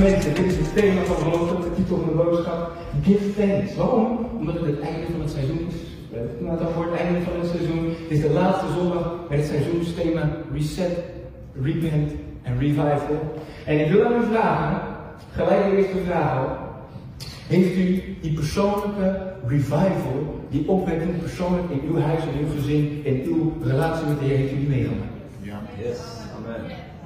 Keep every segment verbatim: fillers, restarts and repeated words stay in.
mensen, dit is het thema van vanochtend, de titel van de boodschap. Give thanks. Waarom? Omdat het het einde van het seizoen is. We hebben het net over het einde van het seizoen. Het is de laatste zondag met het seizoensthema Reset, Repent en Revival. En ik wil aan u vragen, gelijk de eerste vraag al. Heeft u die persoonlijke revival, die opwekking persoonlijk in uw huis, in uw gezin, in uw relatie met de Heer, heeft u die meegemaakt? Ja. Yes. Amen.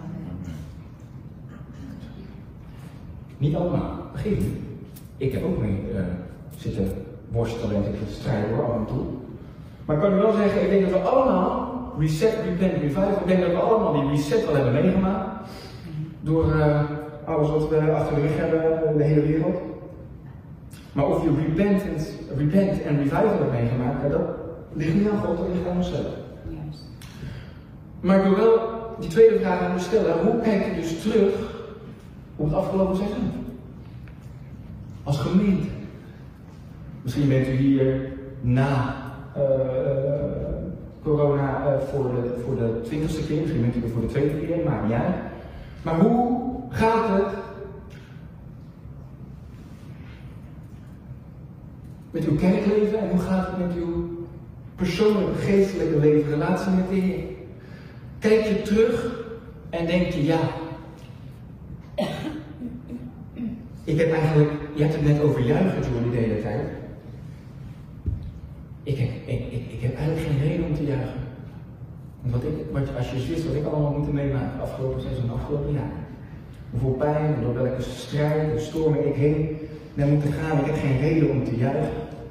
Niet allemaal, begrijp je? Ik heb ook mee uh, zitten worstelen en zitten strijden hoor, af en toe. Maar ik kan u wel zeggen, ik denk dat we allemaal, reset, repent, revival, ik denk dat we allemaal die reset wel hebben meegemaakt. Door uh, alles wat we achter de rug hebben in de hele wereld. Maar of je repentance, repent en revival hebt meegemaakt, dat ligt niet aan God, dat ligt aan onszelf. Juist. Maar ik wil wel die tweede vraag aan u stellen. Hoe kijk je dus terug op het afgelopen seizoen? Als gemeente. Misschien bent u hier na uh, corona uh, voor, de, voor de twintigste keer, misschien bent u er voor de tweede keer, maakt niet uit. Maar hoe gaat het met uw kerkleven en hoe gaat het met uw persoonlijke, geestelijke leven, relatie met de Heer? Kijk je terug en denk je, ja, ik heb eigenlijk, je hebt het net over juichen, Jordi, de hele tijd. Ik heb, ik, ik, ik heb eigenlijk geen reden om te juichen. Want wat ik, wat, als je wist wat ik allemaal moet meemaken, afgelopen seizoen, afgelopen jaar. Hoeveel pijn, door welke strijd en stormen ik heen ben moeten gaan, ik heb geen reden om te juichen.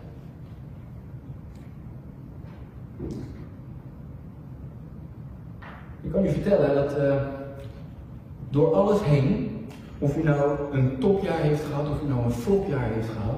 Ik kan je vertellen dat uh, door alles heen, of u nou een topjaar heeft gehad, of u nou een flopjaar heeft gehad,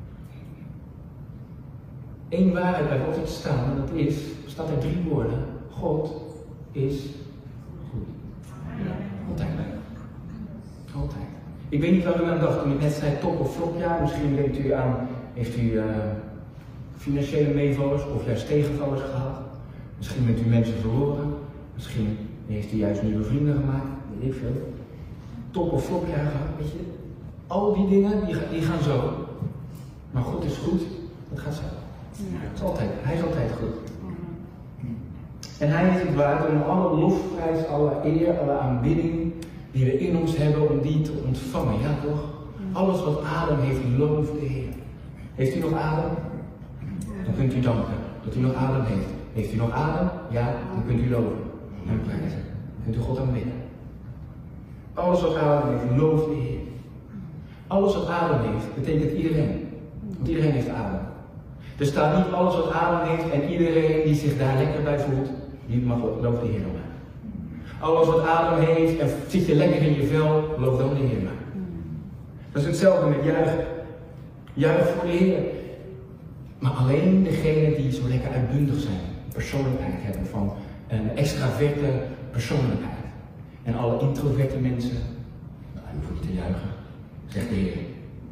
één waarheid blijft altijd staan, en dat is, staat er drie woorden, God is goed. Altijd. Altijd. Ik weet niet waar u aan dacht toen ik net zei top of flopjaar, misschien denkt u aan, heeft u uh, financiële meevallers of juist tegenvallers gehad, misschien bent u mensen verloren. Misschien heeft u juist nieuwe vrienden gemaakt, weet ik veel. Top of flopjaar gehad, weet je. Al die dingen, die, die gaan zo. Maar God is goed, dat gaat zo. Het is altijd, hij is altijd goed. En hij is het waard om alle lofprijs, alle eer, alle aanbidding die we in ons hebben, om die te ontvangen. Ja toch? Alles wat adem heeft, looft de Heer. Heeft u nog adem? Dan kunt u danken dat u nog adem heeft. Heeft u nog adem? Ja, dan kunt u loven. En prijzen. Kunt u God aanbidden. Alles wat adem heeft, looft de Heer. Alles wat adem heeft, betekent iedereen. Want iedereen heeft adem. Er staat niet alles wat adem heeft en iedereen die zich daar lekker bij voelt, die mag looft de Heer maar. Alles wat adem heeft en zit je lekker in je vel, loof dan de Heer maar. Dat is hetzelfde met juichen. Juich voor de Heer. Maar alleen degenen die zo lekker uitbundig zijn, persoonlijkheid hebben van een extraverte persoonlijkheid. En alle introverte mensen, nou, je hoeft niet te juichen, zegt de Heer.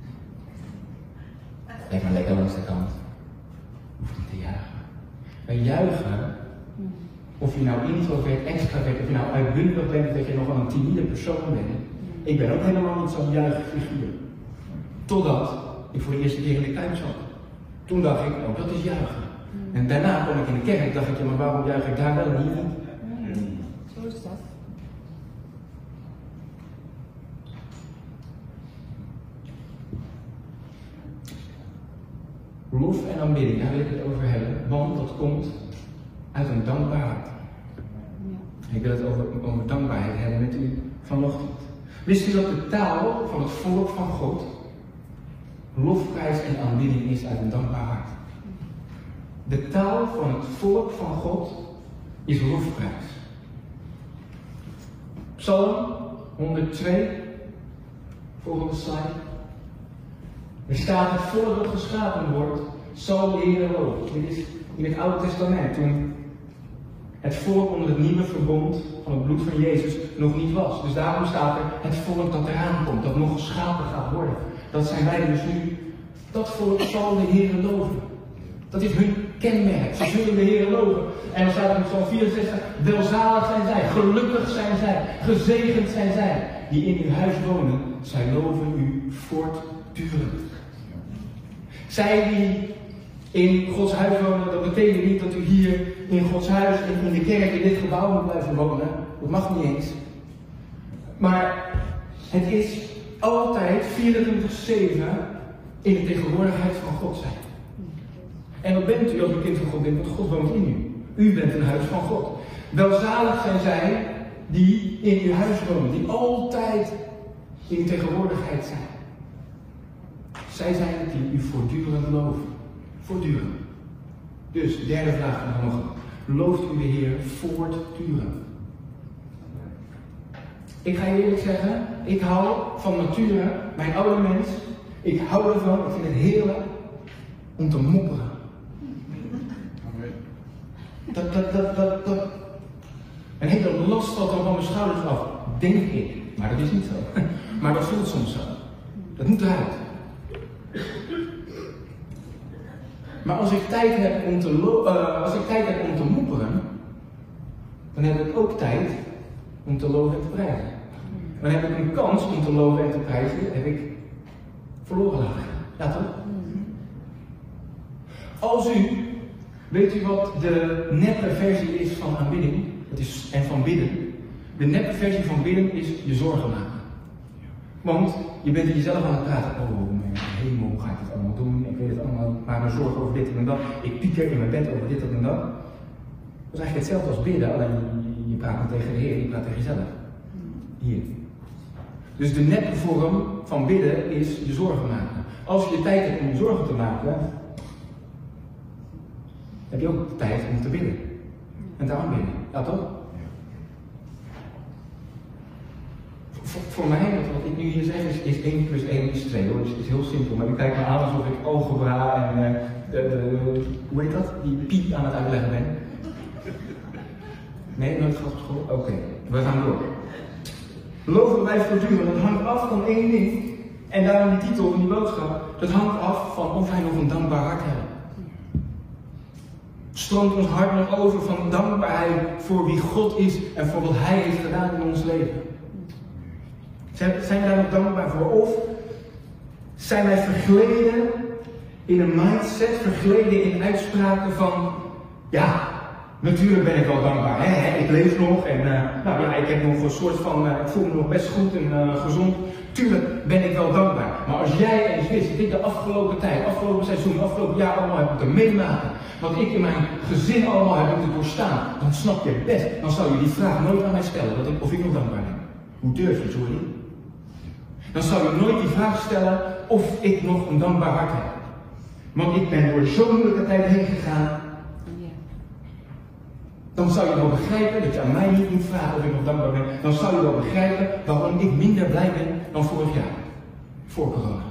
Lijkt maar lekker langs de kant. Je hoeft niet te juichen. Wij juichen, of je nou introvert, extravert, of je nou uitbundig bent, dat je nog wel een timide persoon bent. Ik ben ook helemaal niet zo'n juichfiguur. Totdat ik voor de eerste keer in de tuin zat. Toen dacht ik, oh, dat is juichen. En daarna kwam ik in de kerk, dacht ik, ja, maar waarom juich ik daar wel en hier niet? Zo is dat. Lof en aanbidding, daar wil ik het over hebben, want dat komt uit een dankbaar hart. Ja. Ik wil het over, over dankbaarheid hebben met u vanochtend. Wist u dat de taal van het volk van God lofprijs en aanbidding is uit een dankbaar hart? De taal van het volk van God is lofprijs. Psalm honderdtwee, volgende slide. Er staat: het volk dat geschapen wordt, zal de Heer loven. Dit is in het Oude Testament, toen het volk onder het nieuwe verbond van het bloed van Jezus nog niet was. Dus daarom staat er het volk dat eraan komt, dat nog geschapen gaat worden. Dat zijn wij dus nu. Dat volk zal de Heer loven. Dat is hun kenmerk. Ze zullen de Heer loven. En dan staat er in Psalm vierenzestig: welzalig zijn zij, gelukkig zijn zij, gezegend zijn zij, die in uw huis wonen zij loven u voortdurend. Zij die in Gods huis wonen, dat betekent niet dat u hier in Gods huis, in de kerk, in dit gebouw moet blijven wonen. Dat mag niet eens. Maar het is altijd vierentwintig zeven in de tegenwoordigheid van God zijn. En dat bent u als u kind van God bent, want God woont in u. U bent een huis van God. Welzalig zijn zij die in uw huis wonen, die altijd in uw tegenwoordigheid zijn. Zij zijn het die u voortdurend loven. Voortdurend. Dus, derde vraag van Hanneke. Looft u de Heer voortdurend? Ik ga je eerlijk zeggen, ik hou van nature, mijn oude mens. Ik hou ervan, ik vind het heerlijk om te mopperen. Dat, dat, dat, dat, dat. Een hele last valt dan van mijn schouders af, denk ik. Maar dat is niet zo. Maar dat voelt soms zo. Dat moet eruit. Maar als ik tijd heb om te, lo- uh, als ik tijd heb om te mopperen, dan heb ik ook tijd om te loven en te prijzen. Dan heb ik een kans om te loven en te prijzen, heb ik verloren laten gaan. Ja toch? Als u, weet u wat de neppe versie is van aanbidding dat is, en van bidden? De neppe versie van bidden is je zorgen maken. Want je bent jezelf aan het praten. Oh mijn hemel, hoe ga ik het allemaal doen? Ik weet het allemaal, maar me zorgen over dit en dat. Ik pieker in mijn bed over dit en dat. Dat is eigenlijk hetzelfde als bidden, alleen je, je praat niet tegen de Heer, je praat tegen jezelf. Hier. Dus de neppe vorm van bidden is je zorgen maken. Als je de tijd hebt om je zorgen te maken, heb je ook tijd om te bidden. En te aanbidden. Ja toch? Voor, voor mij, wat ik nu hier zeg, is, is één plus één is twee hoor. Dus het is heel simpel. Maar u kijkt me aan alsof ik algebra en uh, de, de, hoe heet dat? Die pi aan het uitleggen ben. Nee, nooit gehad op school? Oké, okay. We gaan door. Loven wij voortdurend, dat hangt af van één ding. En daarom die titel van die boodschap. Dat hangt af van of wij nog een dankbaar hart hebben. Stroomt ons hart nog over van dankbaarheid voor wie God is en voor wat Hij heeft gedaan in ons leven. Zijn we daar nog dankbaar voor? Of zijn wij vergleden in een mindset, vergleden in uitspraken van, ja, natuurlijk ben ik wel dankbaar. Hè? Ik leef nog en uh, nou ja, ik heb nog een soort van, uh, ik voel me nog best goed en uh, gezond. Tuurlijk ben ik wel dankbaar. Maar als jij eens wist dat ik de afgelopen tijd, afgelopen seizoen, afgelopen jaar allemaal heb moeten meemaken, wat ik in mijn gezin allemaal heb moeten doorstaan, dan snap je het best. Dan zou je die vraag nooit aan mij stellen, dat ik, of ik nog dankbaar ben. Hoe durf je, sorry? Dan zou je nooit die vraag stellen of ik nog een dankbaar hart heb. Want ik ben door zo'n moeilijke tijd heen gegaan. Dan zou je wel begrijpen dat je aan mij niet moet vragen of ik nog dankbaar ben. Dan zou je wel begrijpen waarom ik minder blij ben dan vorig jaar. Voor corona.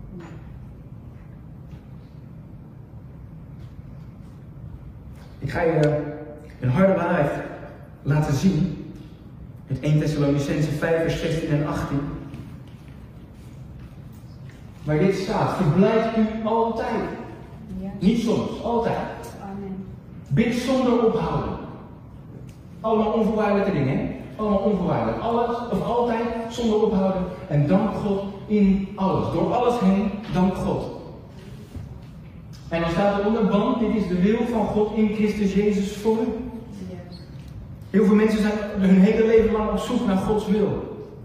Ik ga je een harde waarheid laten zien. Uit eerste Thessalonicenzen vijf vers zestien en achttien. Waar dit staat, verblijft u altijd. Ja. Niet soms, altijd. Amen. Bid zonder ophouden. Allemaal onvoorwaardelijke dingen, hè? Allemaal onvoorwaardelijk. Alles of altijd zonder ophouden. En dank God in alles. Door alles heen, dank God. En dan staat er onder band, dit is de wil van God in Christus Jezus voor u. Yes. Heel veel mensen zijn hun hele leven lang op zoek naar Gods wil.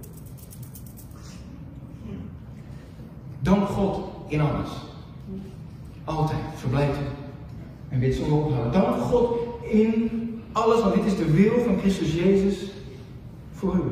Dank God in alles. Altijd. Verblijft u. En bid zonder ophouden. Dank God in alles, want dit is de wil van Christus Jezus voor u.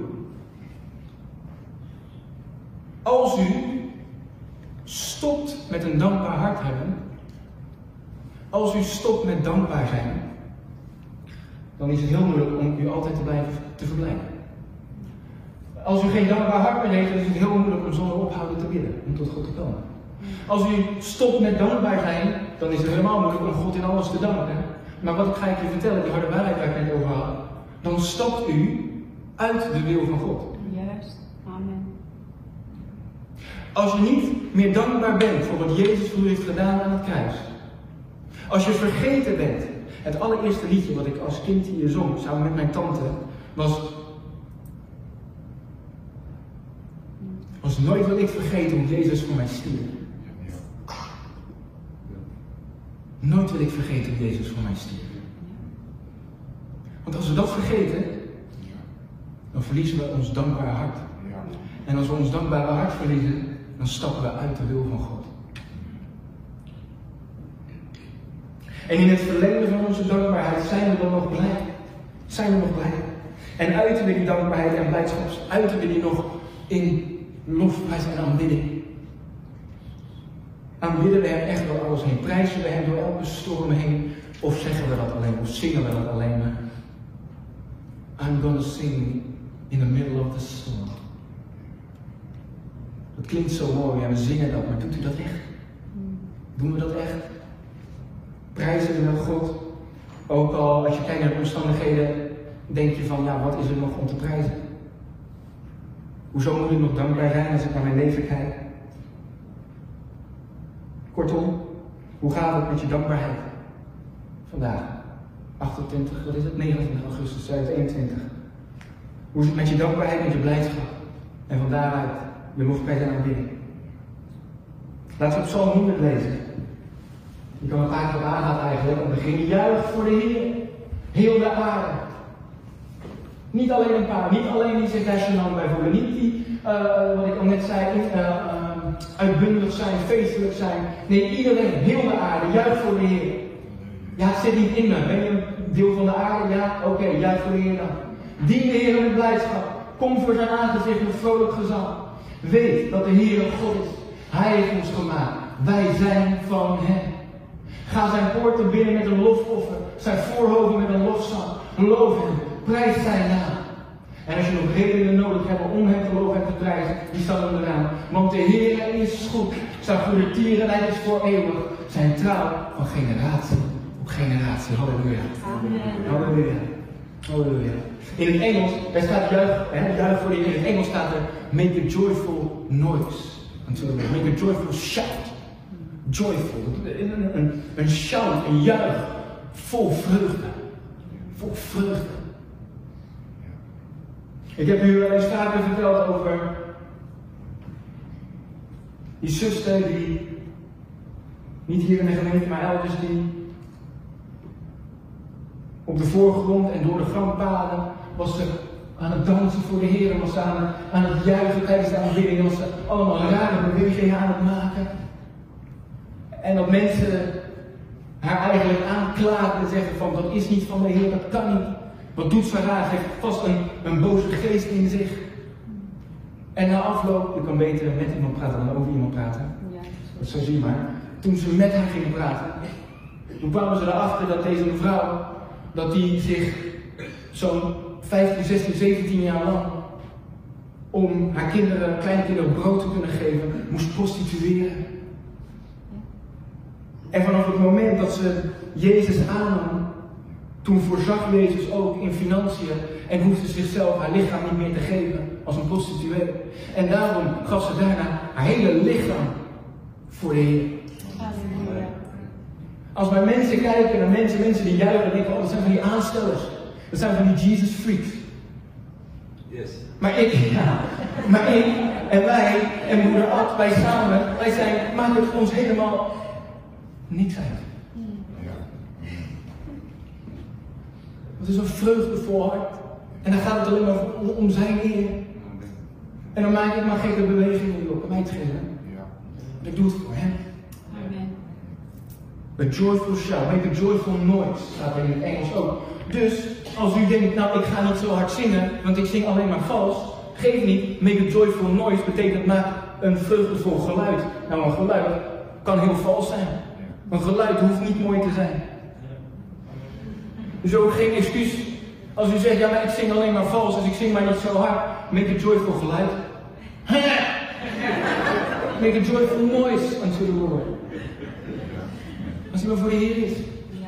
Als u stopt met een dankbaar hart hebben, als u stopt met dankbaar zijn, dan is het heel moeilijk om u altijd te blijven te verblijven. Als u geen dankbaar hart meer heeft, dan is het heel moeilijk om zonder ophouden te bidden, om tot God te komen. Als u stopt met dankbaar zijn, dan is het helemaal moeilijk om God in alles te danken. Maar wat ga ik je vertellen, die harde waarheid waar ik het over had, dan stapt u uit de wil van God. Juist, amen. Als je niet meer dankbaar bent voor wat Jezus voor u heeft gedaan aan het kruis. Als je vergeten bent, het allereerste liedje wat ik als kind hier zong, samen met mijn tante, was, was was nooit wil ik vergeten hoe Jezus voor mij stierf. Nooit wil ik vergeten hoe Jezus voor mij stierf. Want als we dat vergeten, dan verliezen we ons dankbare hart. En als we ons dankbare hart verliezen, dan stappen we uit de wil van God. En in het verlengde van onze dankbaarheid zijn we dan nog blij. Zijn we nog blij. En uiten we die dankbaarheid en blijdschap, uiten we die nog in lofprijs en aanbidding. Aanbidden we hem echt door alles heen. Prijzen we hem door elke storm heen. Of zeggen we dat alleen, of zingen we dat alleen maar. I'm gonna sing in the middle of the storm. Dat klinkt zo mooi en we zingen dat, maar doet u dat echt? Doen we dat echt? Prijzen we wel God? Ook al als je kijkt naar de omstandigheden, denk je van, ja, wat is er nog om te prijzen? Hoezo moet ik nog dankbaar zijn als ik naar mijn leven kijk? Kortom, hoe gaat het met je dankbaarheid? Vandaag, achtentwintig, wat is het? negenentwintig augustus tweeduizend eenentwintig. Hoe is het met je dankbaarheid, met je blijdschap? En van daaruit je lofprijs en aanbidding. Laten we Psalm honderd lezen. Je kan het eigenlijk op aangaan eigenlijk. Aan het begin, juich voor de Heer. Heel de aarde. Niet alleen een paar, niet alleen die zich daar gênant bij voelen. Niet die, uh, wat ik al net zei, uh, uh, uitbundig zijn, feestelijk zijn. Nee, iedereen, heel de aarde, juich voor de Heer. Ja, het zit niet in me. Ben je een deel van de aarde? Ja, oké, okay, juich voor de Heer dan. Dien de Heer met blijdschap. Kom voor zijn aangezicht met vrolijk gezang. Weet dat de Heer een God is. Hij heeft ons gemaakt. Wij zijn van hem. Ga zijn poorten binnen met een lofoffer. Zijn voorhoven met een lofzang. Loof hem. Prijs zijn naam. En als je nog redenen nodig hebt om hem te loven en te prijzen, die staan onderaan. Want de Heer is goed. Zijn goede tierenheid is voor eeuwig. Zijn trouw van generatie op generatie. Halleluja. Amen. Halleluja. Halleluja. In het Engels, daar staat juich, hè, juich voor de Heer. In het Engels staat er make a joyful noise. Make a joyful shout. Joyful. Een, een, een shout, een juich. Vol vreugde. Vol vreugde. Ik heb u wel eens vaker verteld over die zuster die, niet hier in de gemeente, maar elders, die op de voorgrond en door de gangpaden was ze aan het dansen voor de Heer, was ze aan het, aan het juichen tijdens de aanbidding, was ze allemaal rare bewegingen aan het maken. En dat mensen haar eigenlijk aanklaagden en zeggen van, dat is niet van de Heer, dat kan niet. Wat doet ze raar? Ze heeft vast een, een boze geest in zich. En na afloop, je kan beter met iemand praten dan over iemand praten. Ja. Dat zo zie je maar. Toen ze met haar gingen praten, toen kwamen ze erachter dat deze mevrouw, dat die zich zo'n vijftien, zestien, zeventien jaar lang om haar kinderen, kleinkinderen brood te kunnen geven, moest prostitueren. En vanaf het moment dat ze Jezus aannam, toen voorzag Jezus ook in financiën en hoefde zichzelf haar lichaam niet meer te geven als een prostituee. En daarom gaf ze daarna haar hele lichaam voor de Heer. Halleluja. Als wij mensen kijken naar mensen, mensen die juichen, denken we, oh, dat zijn van die aanstellers. Dat zijn van die Jesus freaks. Yes. Maar ik, ja, maar ik en wij en moeder Ad, wij samen, wij zijn, maken het ons helemaal niks uit. Het is een vreugdevol hart. En dan gaat het alleen maar om, om zijn eer. En dan maak ik maar gekke bewegingen op mij te geven. Want ik doe het voor hem. Amen. A joyful shout, make a joyful noise, staat er in het Engels ook. Dus, als u denkt, nou ik ga niet zo hard zingen, want ik zing alleen maar vals. Geef niet, make a joyful noise betekent maak een vreugdevol geluid. Nou, een geluid kan heel vals zijn. Een geluid hoeft niet mooi te zijn. Dus ook geen excuus. Als u zegt, ja maar ik zing alleen maar vals, dus ik zing maar niet zo hard. Make a joyful geluid. Make a joyful noise unto the Lord. Als hij maar voor de Heer is. Ja.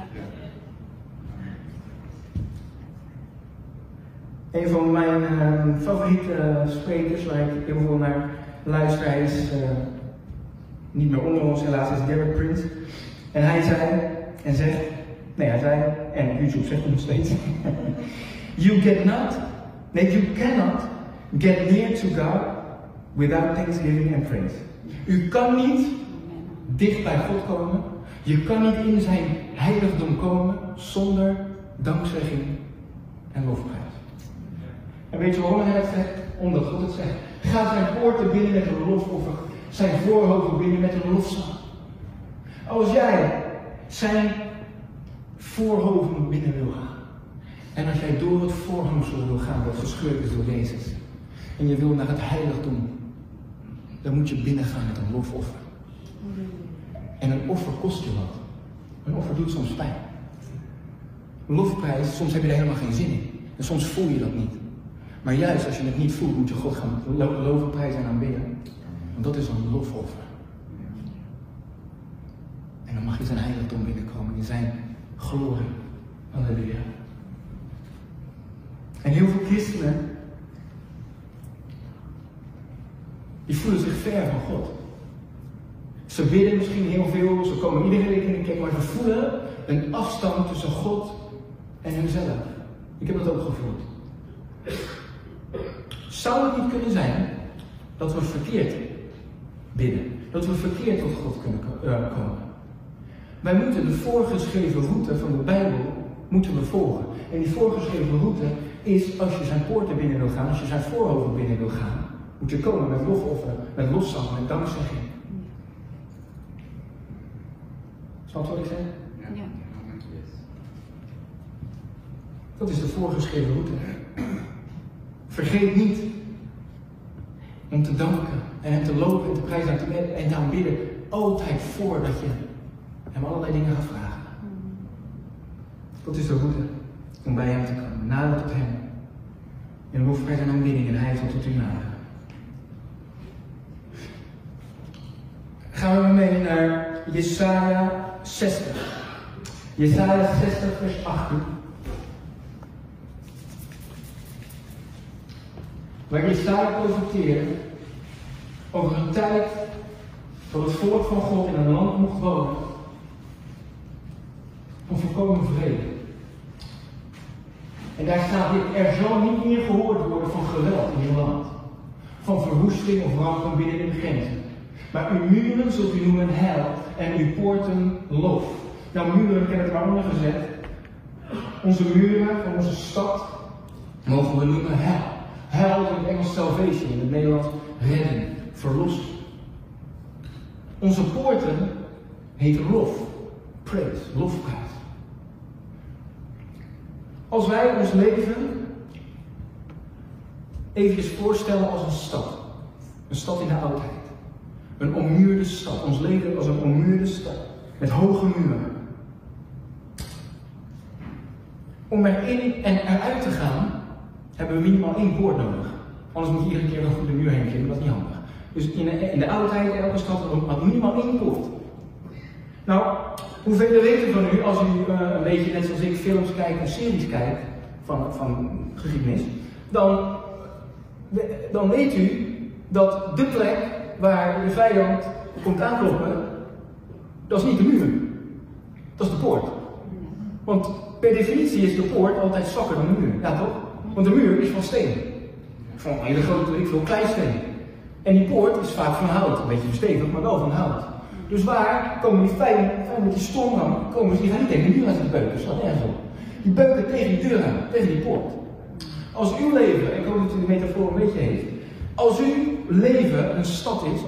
Een van mijn uh, favoriete uh, sprekers, waar ik heel veel naar luister, hij is uh, niet meer onder ons helaas, is Derek Prince. En hij zei en zegt, nee hij zei, en op YouTube zegt hij nog steeds, you get not, nee you cannot get near to God without thanksgiving and praise. U kan niet dicht bij God komen. Je kan niet in zijn heiligdom komen zonder dankzegging en lofprijs. En weet je waarom hij het zegt? Omdat God het zegt. Ga zijn poorten binnen met een lofoffer. Zijn voorhoven binnen met een lofzang. Als jij zijn voorhoven binnen wil gaan. En als jij door het voorhangsel wil gaan dat gescheurd is door Jezus. En je wil naar het heiligdom. Dan moet je binnen gaan met een lofoffer. En een offer kost je wat. Een offer doet soms pijn. Lofprijs, soms heb je er helemaal geen zin in. En soms voel je dat niet. Maar juist als je het niet voelt, moet je God gaan lo loven, prijzen en aanbidden. Want dat is een lofoffer. En dan mag je zijn heiligdom binnenkomen in zijn glorie. Halleluja. En heel veel christenen, die voelen zich ver van God. Ze bidden misschien heel veel, ze komen iedere week in de kerk, maar ze voelen een afstand tussen God en hunzelf. Ik heb dat ook gevoeld. Zou het niet kunnen zijn dat we verkeerd bidden? Dat we verkeerd tot God kunnen uh, komen? Wij moeten de voorgeschreven route van de Bijbel moeten we volgen. En die voorgeschreven route is, als je zijn poorten binnen wil gaan, als je zijn voorhoven binnen wil gaan, moet je komen met lofoffer, met lofzang, met dankzegging. Snap je wat ik zeg? Ja. Dat is de voorgeschreven route. Vergeet niet om te danken en hem te lopen en te prijzen en te aanbidden altijd voordat je hem allerlei dingen gaat vragen. Dat is de route om bij hem te komen. Nader tot hem. In lofprijs en aanbidding en hij zal tot u naderen. Gaan we mee naar Jesaja zestig. Jesaja zestig vers achttien. Waar Jesaja profeteerde over een tijd dat het volk van God in een land mocht wonen van volkomen vrede. En daar staat dit: er zal niet meer gehoord worden van geweld in uw land, van verwoesting of rampen binnen de grenzen. Maar uw muren zult u noemen heil en uw poorten lof. Nou, muren, ik heb het maar onder gezet. Onze muren van onze stad mogen we noemen heil. Heil is in het Engels salvation, in het Nederlands redding, verlossing. Onze poorten heet lof, praise, lofprijs. Als wij ons leven even voorstellen als een stad. Een stad in de oudheid. Een ommuurde stad. Ons leven als een ommuurde stad. Met hoge muren. Om erin en eruit te gaan, hebben we minimaal één poort nodig. Anders moet je iedere keer nog de muur heen klimmen, dat is niet handig. Dus in de, in de oudheid, elke stad had minimaal één poort. Nou, hoeveel weten van u, als u uh, een beetje net zoals ik films kijkt en series kijkt van, van geschiedenis, dan, dan weet u dat de plek waar de vijand komt aankloppen, dat is niet de muur. Dat is de poort. Want per definitie is de poort altijd zwakker dan de muur. Ja toch? Want de muur is van steen. Van een hele grote, ik veel, kleisteen. En die poort is vaak van hout. Een beetje stevig, maar wel van hout. Dus waar komen die vijanden met die stormram, komen ze, die gaan niet tegen de muur aan te beuken, slaat nergens op. Die beuken tegen die deur aan, tegen die poort. Als uw leven, ik hoop dat u de metafoor een beetje heeft, als uw leven een stad is,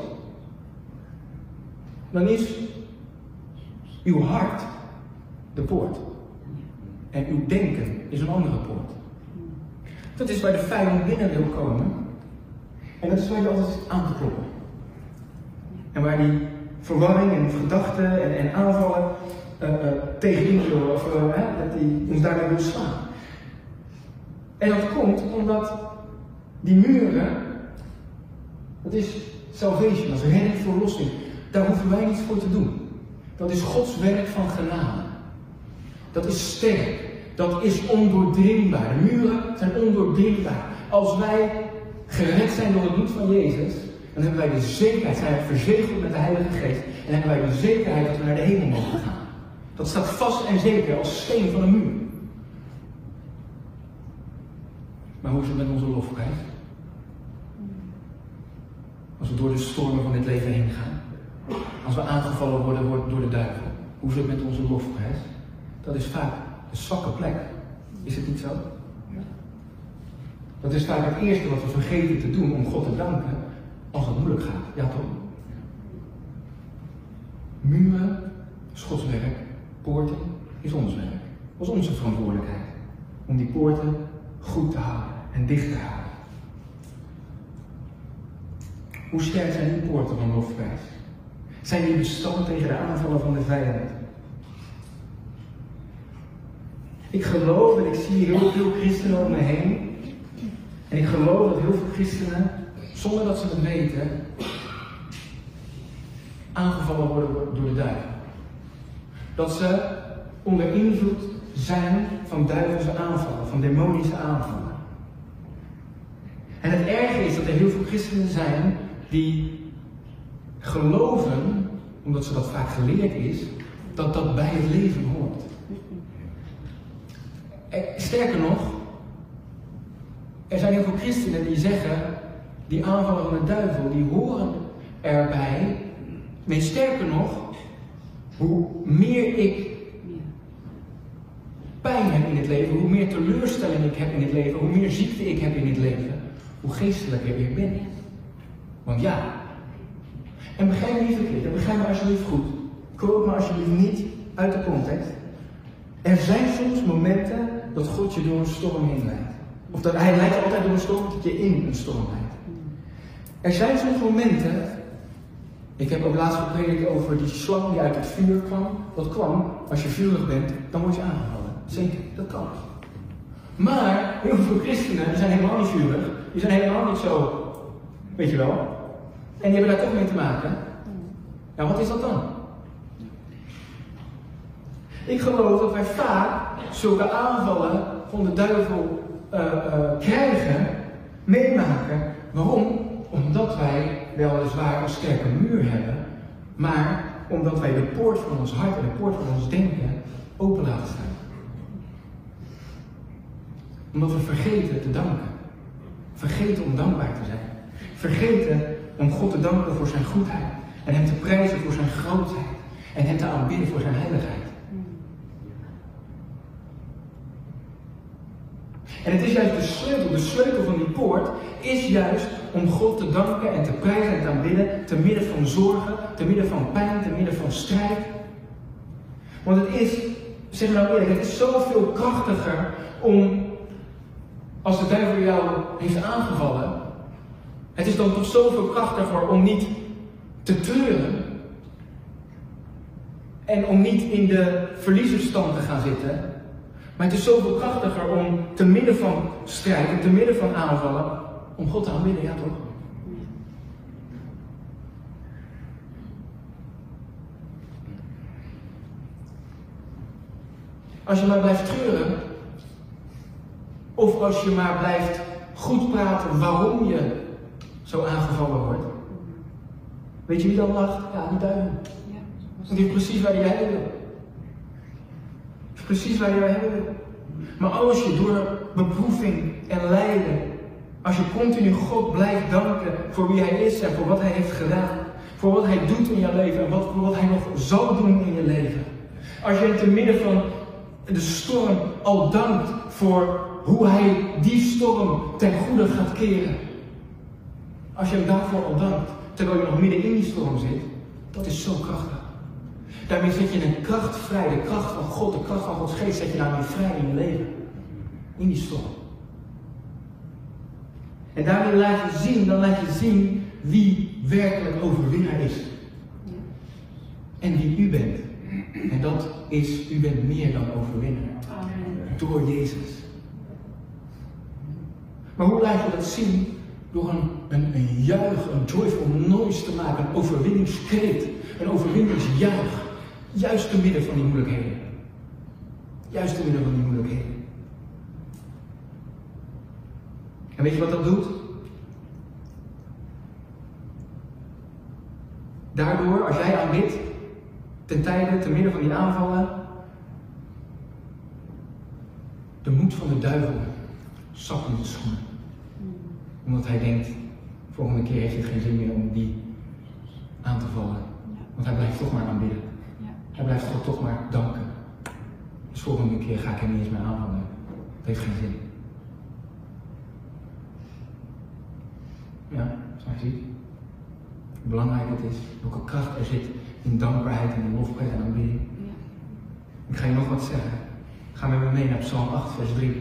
dan is uw hart de poort. En uw denken is een andere poort. Dat is waar de vijand binnen wil komen. En dat is waar je altijd zit aan te kloppen. En waar die verwarring en gedachten en, en aanvallen uh, uh, tegenin wil, of uh, hè, dat die ons daarmee wil slaan. En dat komt omdat die muren, dat is salvation, dat is redding, verlossing. Daar hoeven wij niets voor te doen. Dat is Gods werk van genade. Dat is sterk. Dat is ondoordringbaar. De muren zijn ondoordringbaar. Als wij gered zijn door het bloed van Jezus, dan hebben wij de zekerheid, zijn wij verzegeld met de Heilige Geest, en hebben wij de zekerheid dat we naar de hemel mogen gaan. Dat staat vast en zeker als steen van een muur. Maar hoe is het met onze lofprijs? Als we door de stormen van dit leven heen gaan. Als we aangevallen worden door de duivel. Hoe zit het met onze lofprijs? Dat is vaak de zwakke plek. Is het niet zo? Dat is vaak het eerste wat we vergeten te doen om God te danken als het moeilijk gaat. Ja toch? Muren is Gods werk. Poorten is ons werk. Dat is onze verantwoordelijkheid. Om die poorten goed te houden en dicht te houden. Hoe sterk zijn die poorten van lofprijs? Zijn die bestand tegen de aanvallen van de vijand? Ik geloof en ik zie heel veel christenen om me heen. En ik geloof dat heel veel christenen, zonder dat ze het weten, aangevallen worden door de duivel. Dat ze onder invloed zijn van duivelse aanvallen, van demonische aanvallen. En het erge is dat er heel veel christenen zijn die geloven, omdat ze dat vaak geleerd is, dat dat bij het leven hoort. Sterker nog, er zijn heel veel christenen die zeggen, die aanvallen van de duivel, die horen erbij. Nee, sterker nog, hoe meer ik pijn heb in het leven, hoe meer teleurstelling ik heb in het leven, hoe meer ziekte ik heb in het leven, hoe geestelijker ik ben. Want ja, en begrijp me niet verkeerd, en begrijp me alsjeblieft goed, quote me alsjeblieft niet uit de context. Er zijn soms momenten dat God je door een storm heen leidt. Of dat hij leidt je altijd door een storm, dat je in een storm leidt. Er zijn soms momenten, ik heb ook laatst gepredikt over die slang die uit het vuur kwam. Dat kwam, als je vurig bent, dan word je aangevallen. Zeker, dat kan. Maar heel veel christenen, die zijn helemaal niet vurig. Die zijn helemaal niet zo, weet je wel. En die hebben daar toch mee te maken. Ja, wat is dat dan? Ik geloof dat wij vaak zulke aanvallen van de duivel uh, uh, krijgen, meemaken. Waarom? Omdat wij weliswaar een sterke muur hebben, maar omdat wij de poort van ons hart en de poort van ons denken open laten staan. Omdat we vergeten te danken. Vergeten om dankbaar te zijn. Vergeten om God te danken voor zijn goedheid. En hem te prijzen voor zijn grootheid. En hem te aanbidden voor zijn heiligheid. En het is juist de sleutel, de sleutel van die poort, is juist om God te danken en te prijzen en te aanbidden, te midden van zorgen, te midden van pijn, te midden van strijd. Want het is, zeg nou eerlijk, het is zoveel krachtiger om, als de duivel jou heeft aangevallen, het is dan toch zoveel krachtiger om niet te treuren en om niet in de verliezersstand te gaan zitten. Maar het is zoveel krachtiger om te midden van strijd en te midden van aanvallen, om God te aanbidden, ja toch? Als je maar blijft treuren, of als je maar blijft goed praten waarom je zo aangevallen wordt, weet je wie dan lacht? Ja, die duivel. Want die is precies waar jij heen wil. Precies waar je hebben wil. Maar als je door beproeving en lijden, als je continu God blijft danken voor wie hij is en voor wat hij heeft gedaan, voor wat hij doet in jouw leven en wat, voor wat hij nog zal doen in je leven. Als je te midden van de storm al dankt voor hoe hij die storm ten goede gaat keren. Als je hem daarvoor al dankt, terwijl je nog midden in die storm zit, dat is zo krachtig. Daarmee zet je een kracht vrij, de kracht van God, de kracht van Gods geest, zet je daarmee vrij in je leven. In die storm. En daarmee laat je zien, dan laat je zien wie werkelijk overwinnaar is. En wie u bent. En dat is, u bent meer dan overwinnaar. Amen. Door Jezus. Maar hoe laat je dat zien? Door een, een, een juich, een joyful noise te maken, een overwinningskreet, een overwinningsjuich. Juist te midden van die moeilijkheden. Juist te midden van die moeilijkheden. En weet je wat dat doet? Daardoor, als jij aanbidt, ten tijde, te midden van die aanvallen, de moed van de duivel zapt in de schoenen. Omdat hij denkt, Volgende keer heeft het geen zin meer om die aan te vallen. Want hij blijft toch maar aanbidden. Ja. Hij blijft God toch maar danken. Dus volgende keer ga ik hem niet eens meer aanvallen. Het heeft geen zin. Ja, zoals je ziet. Hoe belangrijk het is, welke kracht er zit in dankbaarheid en in lofprijs en aanbidding. Ja. Ik ga je nog wat zeggen. Ga met me mee naar Psalm acht, vers drie.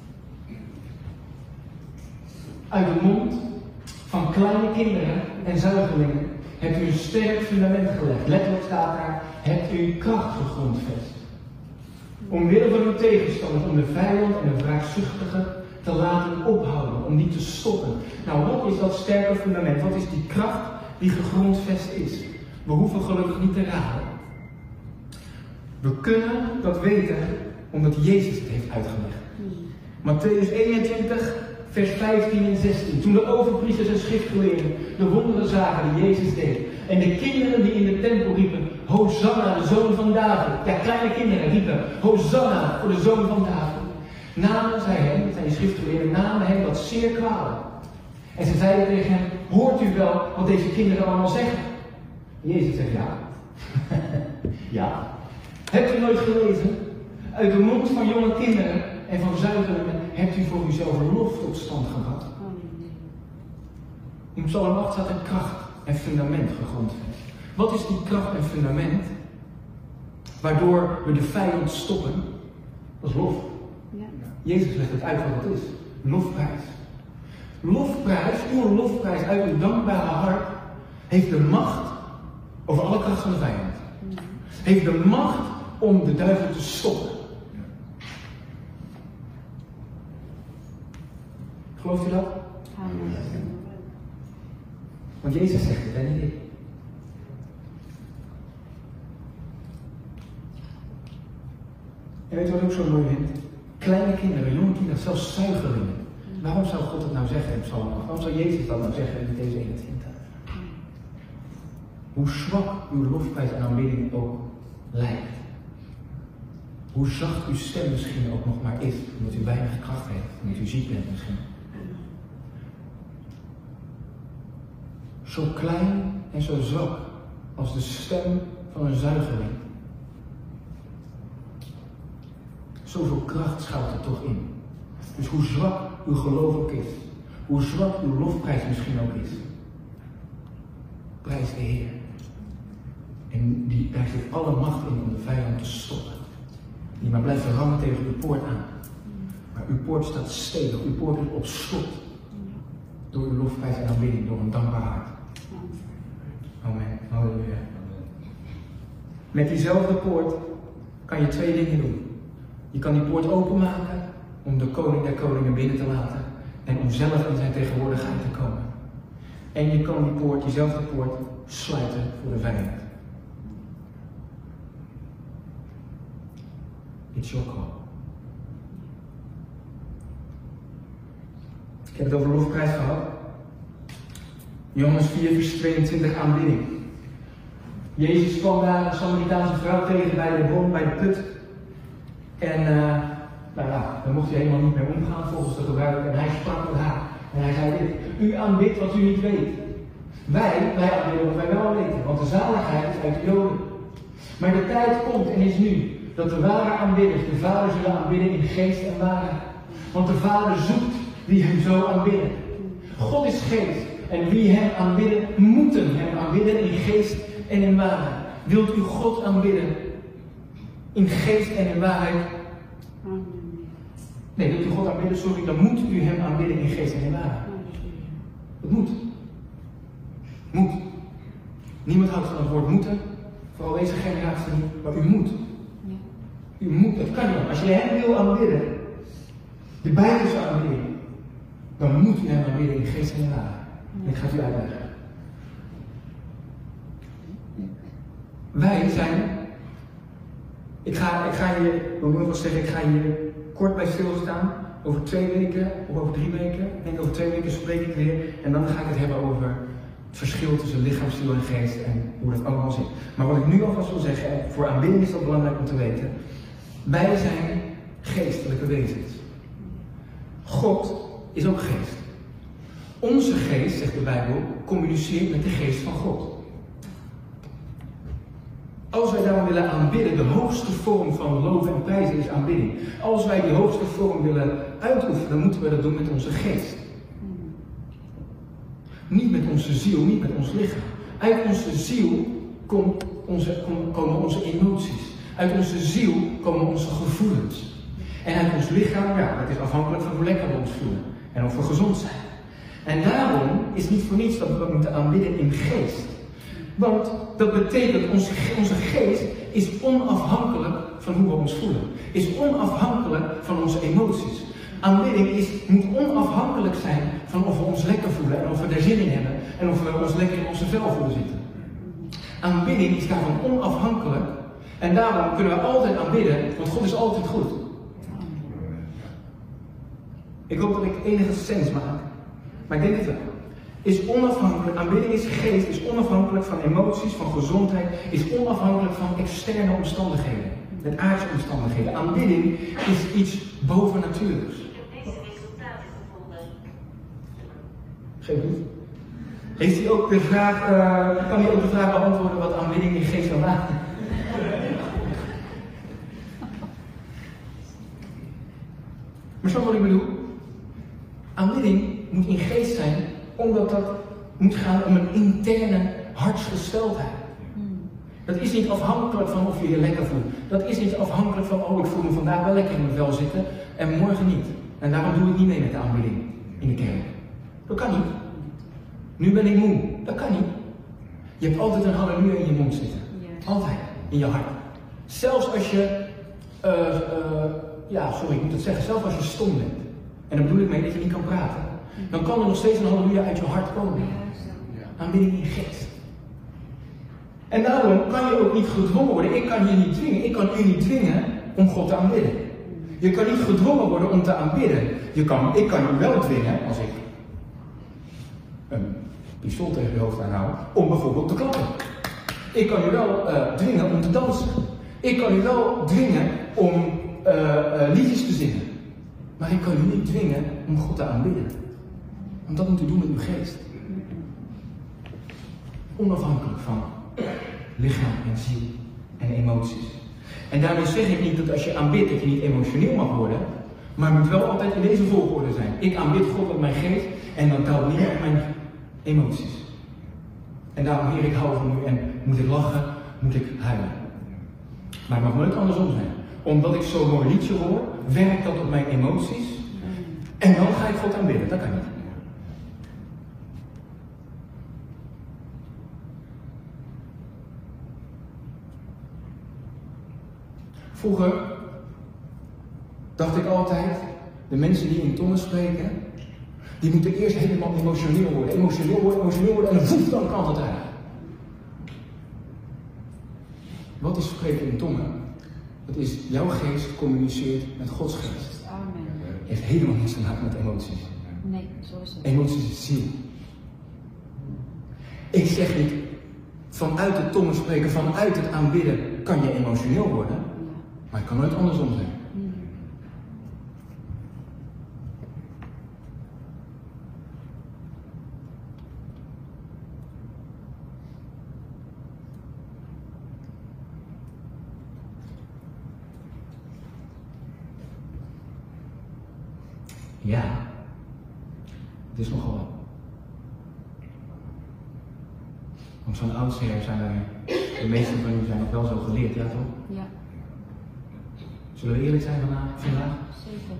Uit de mond van kleine kinderen en zuigelingen hebt u een sterk fundament gelegd. Letterlijk staat daar, hebt u kracht gegrondvest. Omwille van uw tegenstanders, om de vijand en de wraakzuchtige te laten ophouden, om die te stoppen. Nou, wat is dat sterke fundament? Wat is die kracht die gegrondvest is? We hoeven gelukkig niet te raden. We kunnen dat weten omdat Jezus het heeft uitgelegd. Mattheüs eenentwintig, vers vijftien en zestien. Toen de overpriesters en schriftgeleerden de wonderen zagen die Jezus deed. En de kinderen die in de tempel riepen, Hosanna, de zoon van David. Ja, kleine kinderen riepen, Hosanna voor de zoon van David. Namen zij hem, dat zijn die schriftgeleerden, namen hem dat zeer kwalijk. En ze zeiden tegen hem, hoort u wel wat deze kinderen allemaal zeggen? Jezus zegt ja. Ja. Hebt u nooit gelezen? Uit de mond van jonge kinderen en van zuigelingen hebt u voor uzelf een lof tot stand gebracht. In Psalm acht staat een kracht en fundament gegrondvest. Wat is die kracht en fundament waardoor we de vijand stoppen? Dat is lof. Ja. Jezus legt het uit wat het is. Lofprijs. Lofprijs, uw lofprijs uit uw dankbare hart, heeft de macht over alle kracht van de vijand. Heeft de macht om de duivel te stoppen. Gelooft u dat? Amen. Want Jezus zegt het en niet ik. En weet je wat ik ook zo mooi vind? Kleine kinderen, jonge kinderen, zelfs zuigelingen. Waarom zou God het nou zeggen in Psalm acht? Waarom zou Jezus dat nou zeggen in Mattheüs eenentwintig? Hoe zwak uw lofprijs en aanbidding ook lijkt. Hoe zacht uw stem misschien ook nog maar is, omdat u weinig kracht heeft, omdat u ziek bent misschien. Zo klein en zo zwak als de stem van een zuigeling. Zoveel kracht schuilt er toch in. Dus hoe zwak uw geloof ook is, hoe zwak uw lofprijs misschien ook is, prijs de Heer. En die, daar zit alle macht in om de vijand te stoppen. Die maar blijft rammen tegen uw poort aan. Maar uw poort staat stevig, uw poort is op slot. Door uw lofprijs en aanbidding, door een dankbaar hart. Amen. Halleluja. Met diezelfde poort kan je twee dingen doen. Je kan die poort openmaken om de koning der koningen binnen te laten. En om zelf in zijn tegenwoordigheid te komen. En je kan die poort, diezelfde poort, sluiten voor de vijand. It's your call. Ik heb het over lofprijs gehad. Johannes vier, vers tweeëntwintig, aanbidding. Jezus kwam daar een Samaritaanse vrouw tegen bij de bron, bij de put. En uh, nou ja, dan mocht hij helemaal niet meer omgaan volgens de gebruik. En hij sprak met haar. En hij zei dit: u aanbidt wat u niet weet. Wij, wij aanbidden wat wij wel weten. Want de zaligheid is uit de Joden. Maar de tijd komt en is nu dat de ware aanbidders de Vader zullen aanbidden in geest en waarheid. Want de Vader zoekt wie hem zo aanbidden. God is geest. En wie hem aanbidden, moeten hem aanbidden in geest en in waarheid. Wilt u God aanbidden in geest en in waarheid? Nee, wilt u God aanbidden, sorry, dan moet u hem aanbidden in geest en in waarheid. Het moet. Moet. Niemand houdt van het woord moeten, vooral deze generatie niet, maar u moet. U moet, dat kan niet. Als je hem wil aanbidden, de Bijbelse aanbidding, dan moet u hem aanbidden in geest en in waarheid. En ik ga het u uitleggen. Wij zijn, ik ga, ik ga hier, ik wil wel zeggen, ik ga hier kort bij stilstaan. Over twee weken of over drie weken. Ik denk over twee weken spreek ik weer. En dan ga ik het hebben over het verschil tussen lichaam, ziel en geest en hoe dat allemaal zit. Maar wat ik nu alvast wil zeggen, en voor aanbidding is dat belangrijk om te weten. Wij zijn geestelijke wezens. God is ook geest. Onze geest, zegt de Bijbel, communiceert met de geest van God. Als wij daarom willen aanbidden, de hoogste vorm van loven en prijzen is aanbidding. Als wij die hoogste vorm willen uitoefenen, dan moeten we dat doen met onze geest. Niet met onze ziel, niet met ons lichaam. Uit onze ziel komt onze, komen onze emoties. Uit onze ziel komen onze gevoelens. En uit ons lichaam, ja, dat is afhankelijk van hoe lekker we ons voelen. En of we gezond zijn. En daarom is het niet voor niets dat we moeten aanbidden in geest. Want dat betekent, onze, onze geest is onafhankelijk van hoe we ons voelen. Is onafhankelijk van onze emoties. Aanbidding is, moet onafhankelijk zijn van of we ons lekker voelen en of we er zin in hebben. En of we ons lekker in onze vel voelen zitten. Aanbidding is daarvan onafhankelijk. En daarom kunnen we altijd aanbidden, want God is altijd goed. Ik hoop dat ik enige sens maak. Maar ik denk het wel. Is onafhankelijk, aanbidding is geest, is onafhankelijk van emoties, van gezondheid, is onafhankelijk van externe omstandigheden, met aardse omstandigheden. Aanbidding is iets bovennatuurlijks. Deze resultaten gevonden. Geef niet. Heeft hij ook de vraag, uh, kan hij ook de vraag beantwoorden wat aanbidding in geest wil maken? Maar zo wat ik bedoel. Aanbidding moet in geest zijn, omdat dat moet gaan om een interne hartsgesteldheid. Dat is niet afhankelijk van of je je lekker voelt. Dat is niet afhankelijk van, oh ik voel me vandaag wel lekker in mijn vel zitten en morgen niet. En daarom doe ik niet mee met de aanbidding in de kerk. Dat kan niet. Nu ben ik moe. Dat kan niet. Je hebt altijd een halleluja in je mond zitten. Altijd. In je hart. Zelfs als je, uh, uh, ja sorry ik moet het zeggen, zelfs als je stom bent. En daar bedoel ik mee dat je niet kan praten. Dan kan er nog steeds een halleluja uit je hart komen. Aanbidding in geest. En daarom kan je ook niet gedwongen worden. Ik kan je niet dwingen. Ik kan u niet dwingen om God te aanbidden. Je kan niet gedwongen worden om te aanbidden. Je kan, ik kan je wel dwingen, als ik een pistool tegen je hoofd aanhoud, om bijvoorbeeld te klappen. Ik kan je wel uh, dwingen om te dansen. Ik kan je wel dwingen om uh, uh, liedjes te zingen. Maar ik kan je niet dwingen om God te aanbidden. Want dat moet u doen met uw geest. Onafhankelijk van lichaam en ziel en emoties. En daarmee zeg ik niet dat als je aanbidt dat je niet emotioneel mag worden. Maar het moet wel altijd in deze volgorde zijn. Ik aanbid God met mijn geest en dan telt niet op mijn emoties. En daarom, Heer, ik hou van u en moet ik lachen, moet ik huilen. Maar het mag nooit andersom zijn. Omdat ik zo'n mooi liedje hoor, werkt dat op mijn emoties. En dan ga ik God aanbidden. Dat kan niet. Vroeger dacht ik altijd, de mensen die in tongen spreken, die moeten eerst helemaal emotioneel worden. Emotioneel worden, emotioneel worden en dan voet dan kant het uit. Wat is spreken in tongen? Dat is jouw geest communiceert met Gods geest. Amen. Heeft helemaal niets te maken met emoties. Nee, zo is het. Emoties is ziel. Ik zeg niet, vanuit de tongen spreken, vanuit het aanbidden kan je emotioneel worden. Maar het kan nooit andersom zijn. Mm. Ja, het is nogal wat. Want van oudsher zijn wij, de meesten van jullie zijn nog wel zo geleerd, ja toch? Ja, Zullen we eerlijk zijn vandaag? vandaag? zeker.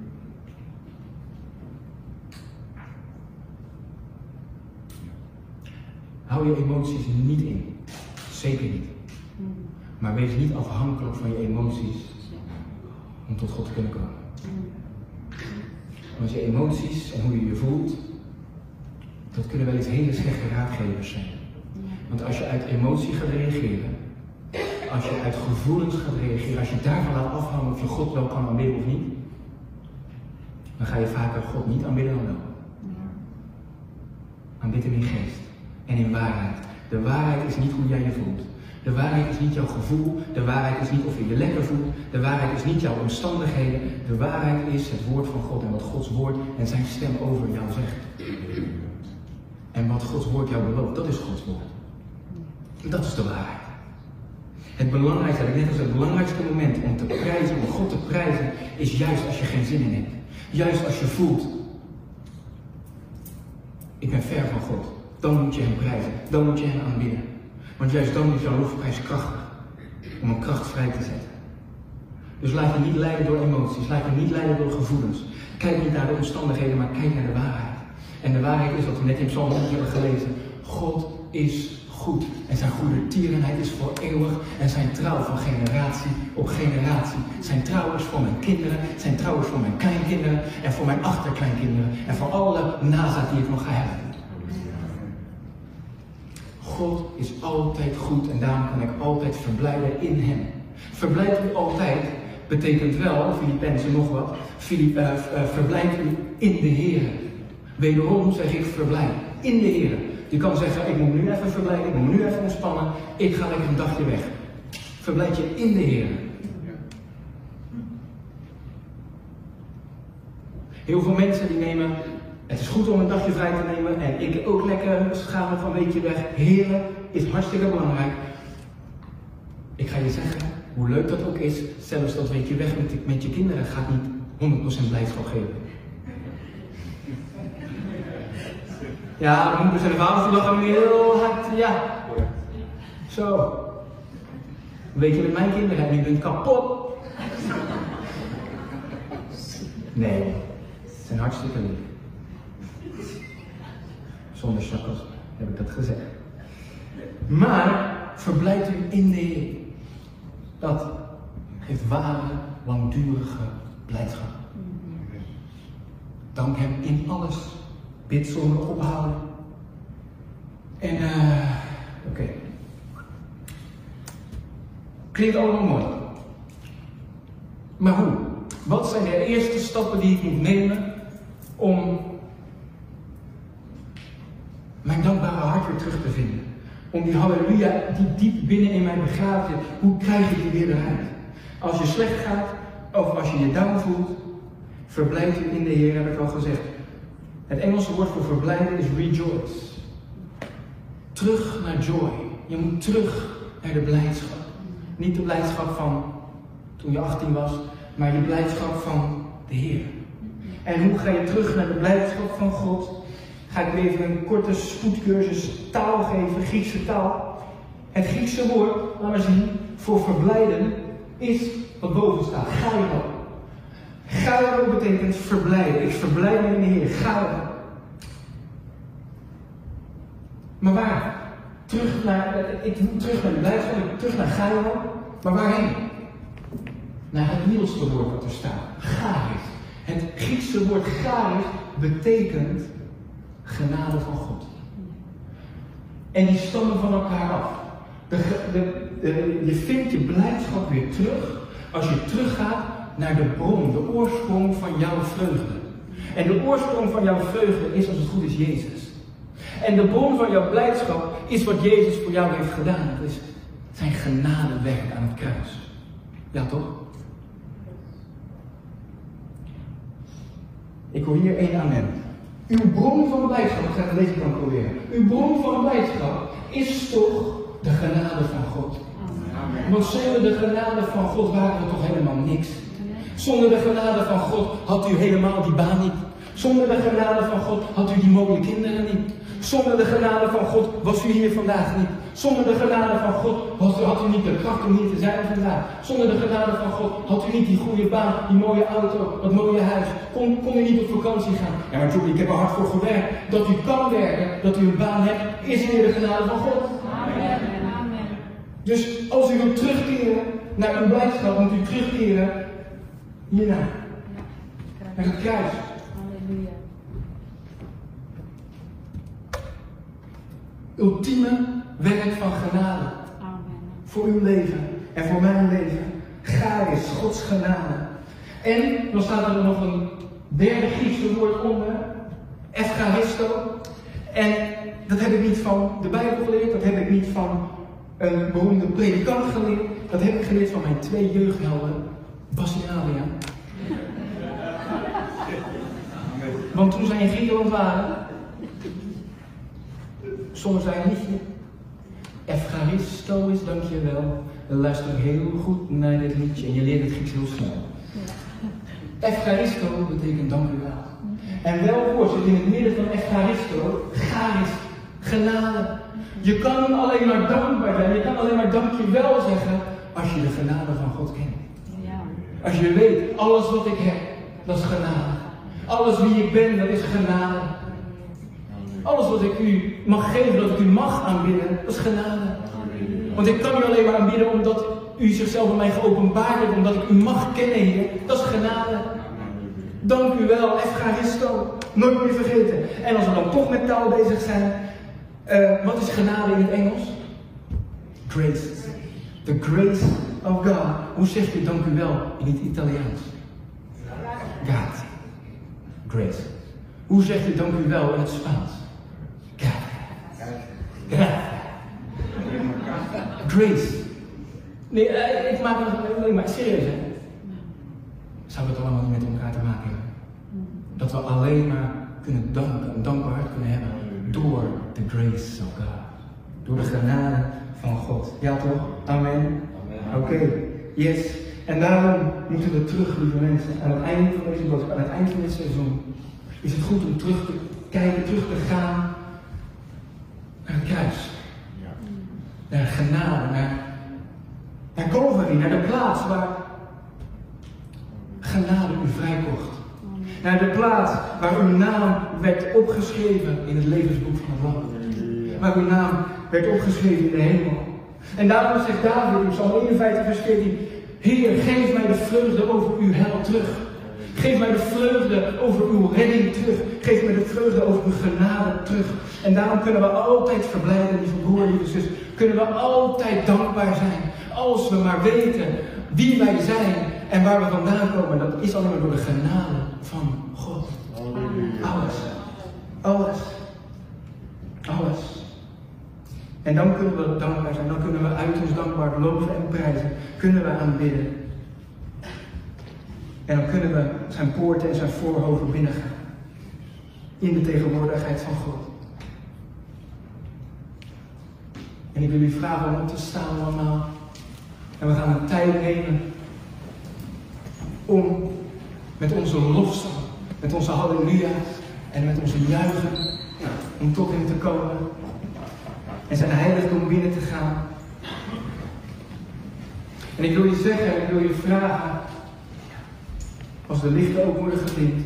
Hou je emoties niet in. Zeker niet. Mm. Maar wees niet afhankelijk van je emoties Ja. om tot God te kunnen komen. Mm. Want je emoties en hoe je je voelt, dat kunnen wel eens hele slechte raadgevers zijn. Ja. Want als je uit emotie gaat reageren, als je uit gevoelens gaat reageren, als je daarvan laat afhangen of je God wel kan aanbidden of niet, dan ga je vaker God niet aanbidden dan wel. Ja. Aanbid hem in geest en in waarheid. De waarheid is niet hoe jij je voelt. De waarheid is niet jouw gevoel, de waarheid is niet of je je lekker voelt, de waarheid is niet jouw omstandigheden, de waarheid is het woord van God en wat Gods woord en zijn stem over jou zegt. En wat Gods woord jou belooft, dat is Gods woord. Dat is de waarheid. Het belangrijkste, net als het belangrijkste moment om te prijzen, om God te prijzen, is juist als je geen zin in hebt. Juist als je voelt, ik ben ver van God. Dan moet je hem prijzen, dan moet je hem aanbidden. Want juist dan is jouw lofprijs krachtig, om een kracht vrij te zetten. Dus laat je niet leiden door emoties, laat je niet leiden door gevoelens. Kijk niet naar de omstandigheden, maar kijk naar de waarheid. En de waarheid is wat we net in Psalm honderd hebben gelezen. God is goed en zijn goedertierenheid is voor eeuwig en zijn trouw van generatie op generatie. Zijn trouw is voor mijn kinderen, zijn trouw is voor mijn kleinkinderen en voor mijn achterkleinkinderen en voor alle nazaat die ik nog ga hebben. God is altijd goed en daarom kan ik altijd verblijden in hem. Verblijd u altijd betekent wel, Filippenzen nog wat, Filip, uh, uh, verblijd u in de Heer. Wederom zeg ik verblijd in de Heer. Je kan zeggen, ik moet nu even verblijden, ik moet nu even ontspannen, ik ga lekker een dagje weg. Verblijd je in de Heer. Heel veel mensen die nemen, het is goed om een dagje vrij te nemen en ik ook lekker, dus gaan we van een weekje weg. Heren is hartstikke belangrijk. Ik ga je zeggen, hoe leuk dat ook is, zelfs dat weekje weg met, met je kinderen gaat niet honderd procent blijdschap geven. Ja, de moeders en de vaders die lachen heel hard, ja. Zo. Een weekje met mijn kinderen en je bent kapot. Nee, ze zijn hartstikke lief. Zonder sarcasme heb ik dat gezegd. Maar verblijd u in de Heer. Dat geeft ware, langdurige blijdschap. Dank hem in alles. Bid zonder ophouden. En uh, oké. Okay. Klinkt allemaal mooi. Maar hoe? Wat zijn de eerste stappen die ik moet nemen om mijn dankbare hart weer terug te vinden? Om die halleluja die diep binnen in mij begraven zit, hoe krijg ik die weer eruit? Als je slecht gaat, of als je je down voelt, verblijf je in de Heer, heb ik al gezegd. Het Engelse woord voor verblijden is rejoice. Terug naar joy. Je moet terug naar de blijdschap. Niet de blijdschap van toen je achttien was, maar je blijdschap van de Heer. En hoe ga je terug naar de blijdschap van God? Ga ik weer even een korte spoedcursus taal geven, Griekse taal. Het Griekse woord, laten we zien, voor verblijden is wat boven staat. Gairo. Gairo betekent verblijden. Ik verblijd me in de Heer. Gairo. Maar waar? Terug naar, ik moet terug naar de blijdschap, ik moet terug naar Gairo. Maar waarheen? Naar het middelste woord wat er staat. Charis. Het Griekse woord charis betekent genade van God. En die stammen van elkaar af. De, de, de, je vindt je blijdschap weer terug als je teruggaat naar de bron, de oorsprong van jouw vreugde. En de oorsprong van jouw vreugde is, als het goed is, Jezus. En de bron van jouw blijdschap is wat Jezus voor jou heeft gedaan. Dat is zijn genadewerk aan het kruis. Ja, toch? Ik hoor hier één amen. Uw bron van blijdschap, ik ga het deze kant proberen. Uw bron van blijdschap is toch de genade van God. Amen. Want zonder de genade van God waren we toch helemaal niks. Zonder de genade van God had u helemaal die baan niet. Zonder de genade van God had u die mooie kinderen niet. Zonder de genade van God was u hier vandaag niet. Zonder de genade van God had u niet de kracht om hier te zijn vandaag. Zonder de genade van God had u niet die goede baan, die mooie auto, dat mooie huis. Kon, kon u niet op vakantie gaan. Ja, maar Johnny, ik heb er hard voor gewerkt. Dat u kan werken, dat u een baan hebt, is weer de genade van God. Amen. Amen. Dus als u wilt terugkeren naar uw blijdschap, moet u terugkeren hiernaar. Naar het kruis. Halleluja. Ultieme werk van genade. Amen. Voor uw leven en voor mijn leven. Charis, Gods genade. En dan staat er nog een derde Griekse woord onder. Evcharisto. En dat heb ik niet van de Bijbel geleerd, dat heb ik niet van een beroemde predikant geleerd. Dat heb ik geleerd van mijn twee jeugdhelden, Bas en Adriaan. Want toen zij in Griekenland waren, zongen zij een liedje. Efcharisto is dankjewel. Luister heel goed naar dit liedje en je leert het Grieks heel snel. Efcharisto betekent dank u wel. En wel voor zit in het midden van Efcharisto, charis, genade. Je kan alleen maar dankbaar zijn, je kan alleen maar dankjewel zeggen als je de genade van God kent. Als je weet, alles wat ik heb, dat is genade. Alles wie ik ben, dat is genade. Alles wat ik u mag geven, dat ik u mag aanbidden, dat is genade. Want ik kan u alleen maar aanbidden omdat u zichzelf aan mij geopenbaard heeft, omdat ik u mag kennen, Heer. Dat is genade. Dank u wel, Efcharisto. Nooit meer vergeten. En als we dan toch met taal bezig zijn, uh, wat is genade in het Engels? Grace. The grace of God. Hoe zeg je dank u wel in het Italiaans? God. Grace. Hoe zeg je dank u wel in het Spaans? God. God. Grace. Nee, uh, ik maak het alleen maar serieus, hè. Zou het allemaal niet met elkaar te maken hebben? Dat we alleen maar kunnen danken, een dankbaar hart kunnen hebben door de grace of God. Door de genade van God. Ja toch? Amen? Oké, okay. Yes. En daarom moeten we terug, lieve mensen, aan het einde van deze boodschap, aan het eind van dit seizoen, is het goed om terug te kijken, terug te gaan naar het kruis. Naar genade, naar, naar Calvary, naar de plaats waar genade u vrijkocht. Naar de plaats waar uw naam werd opgeschreven in het levensboek van het Lam. Waar uw naam werd opgeschreven in de hemel. En daarom zegt David in Psalm eenenvijftig vers veertien, Heer, geef mij de vreugde over uw heil terug. Geef mij de vreugde over uw redding terug. Geef mij de vreugde over uw genade terug. En daarom kunnen we altijd verblijden, lieve broer, lieve zus. Kunnen we altijd dankbaar zijn. Als we maar weten wie wij zijn en waar we vandaan komen. Dat is alleen maar door de genade van God. Alles. Alles. Alles. En dan kunnen we dankbaar zijn. Dan kunnen we uit ons dankbaar loven en prijzen. Kunnen we aanbidden. En dan kunnen we zijn poorten en zijn voorhoven binnengaan. In de tegenwoordigheid van God. En ik wil u vragen om op te staan allemaal. En we gaan een tijd nemen om met onze lofzang, met onze halleluja en met onze juichen, om tot hem te komen. En zijn heiligdom binnen te gaan. En ik wil je zeggen, en ik wil je vragen, als de lichten ook worden geblind,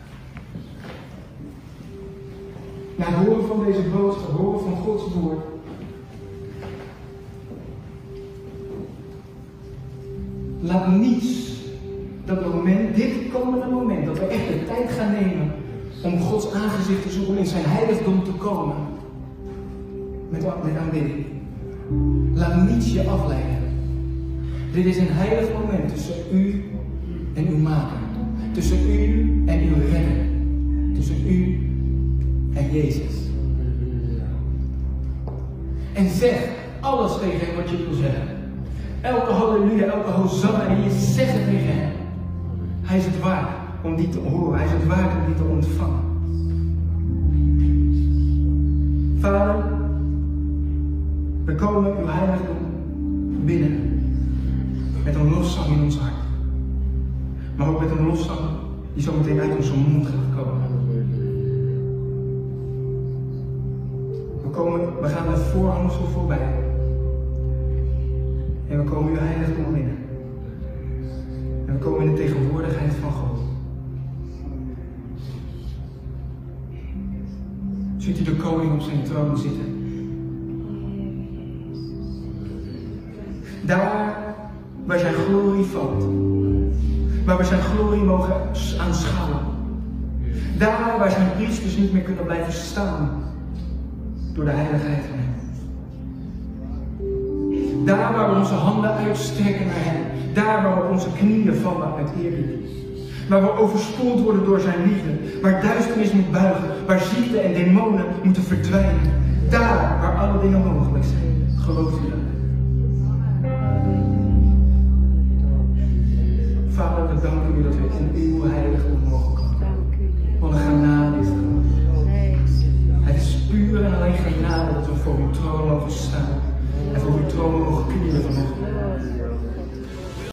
na het horen van deze boodschap, horen van Gods woord, laat niets, dat moment, dit komende moment, dat we echt de tijd gaan nemen om Gods aangezicht te zoeken, in zijn heiligdom te komen, met, met aanbidding. Laat niets je afleiden. Dit is een heilig moment tussen u en uw maker. Tussen u en uw redder. Tussen u en Jezus. En zeg alles tegen hem wat je wil zeggen. Elke halleluja, elke hosanna die je zegt tegen hem. Hij is het waard om die te horen. Hij is het waard om die te ontvangen. Vader, we komen uw heiligdom binnen. Met een lofzang in ons hart. Maar ook met een lofzang die zo meteen uit onze mond gaat komen. We, komen, we gaan het voorhangsel voorbij. En we komen uw heiligdom binnen. En we komen in de tegenwoordigheid van God. Ziet u de koning op zijn troon zitten. Daar waar zijn glorie valt. Waar we zijn glorie mogen aanschouwen. Daar waar zijn priesters niet meer kunnen blijven staan. Door de heiligheid van hem. Daar waar we onze handen uitstrekken naar hem. Daar waar we op onze knieën vallen uit eerbied. Waar we overspoeld worden door zijn liefde. Waar duisternis moet buigen. Waar ziekte en demonen moeten verdwijnen. Daar waar alle dingen mogelijk zijn. Geloof u dat? Vader, we danken u dat we in uw heiligdom mogen komen. Dank u. Wat een genade.